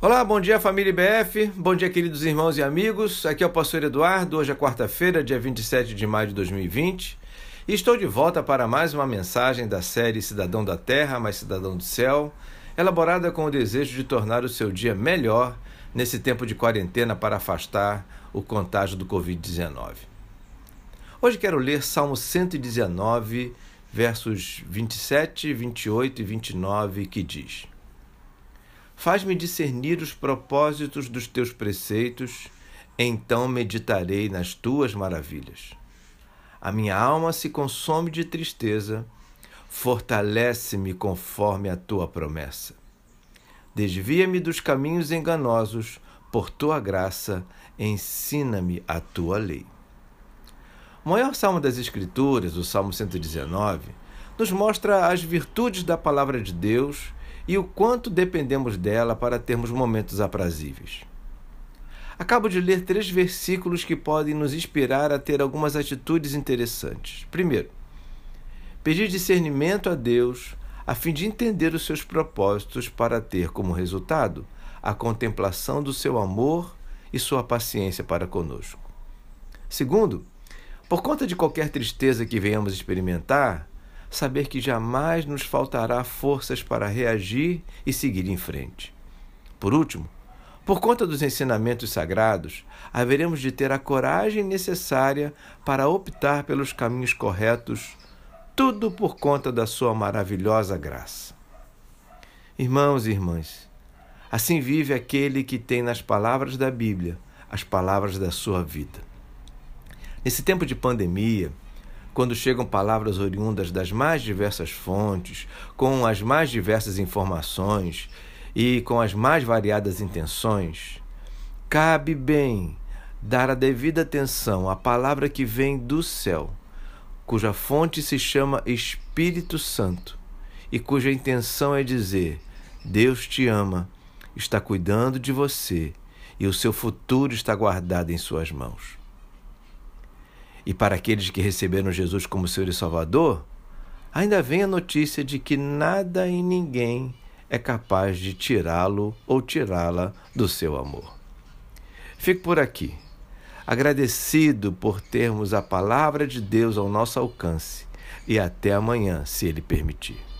Olá, bom dia família IBF, bom dia queridos irmãos e amigos, aqui é o pastor Eduardo, hoje é quarta-feira, dia 27 de maio de 2020 e estou de volta para mais uma mensagem da série Cidadão da Terra, mas Cidadão do Céu, elaborada com o desejo de tornar o seu dia melhor nesse tempo de quarentena para afastar o contágio do Covid-19. Hoje quero ler Salmo 119, versos 27, 28 e 29, que diz: Faz-me discernir os propósitos dos teus preceitos, então meditarei nas tuas maravilhas. A minha alma se consome de tristeza, fortalece-me conforme a tua promessa. Desvia-me dos caminhos enganosos, por tua graça, ensina-me a tua lei. O maior salmo das Escrituras, o Salmo 119, nos mostra as virtudes da palavra de Deus e o quanto dependemos dela para termos momentos aprazíveis. Acabo de ler 3 versículos que podem nos inspirar a ter algumas atitudes interessantes. Primeiro, pedir discernimento a Deus a fim de entender os seus propósitos para ter como resultado a contemplação do seu amor e sua paciência para conosco. Segundo, por conta de qualquer tristeza que venhamos experimentar, saber que jamais nos faltará forças para reagir e seguir em frente. Por último, por conta dos ensinamentos sagrados, haveremos de ter a coragem necessária para optar pelos caminhos corretos, tudo por conta da sua maravilhosa graça. Irmãos e irmãs, assim vive aquele que tem nas palavras da Bíblia as palavras da sua vida. Nesse tempo de pandemia, quando chegam palavras oriundas das mais diversas fontes, com as mais diversas informações e com as mais variadas intenções, cabe bem dar a devida atenção à palavra que vem do céu, cuja fonte se chama Espírito Santo e cuja intenção é dizer: Deus te ama, está cuidando de você e o seu futuro está guardado em suas mãos. E para aqueles que receberam Jesus como Senhor e Salvador, ainda vem a notícia de que nada e ninguém é capaz de tirá-lo ou tirá-la do seu amor. Fico por aqui, agradecido por termos a palavra de Deus ao nosso alcance, e até amanhã, se Ele permitir.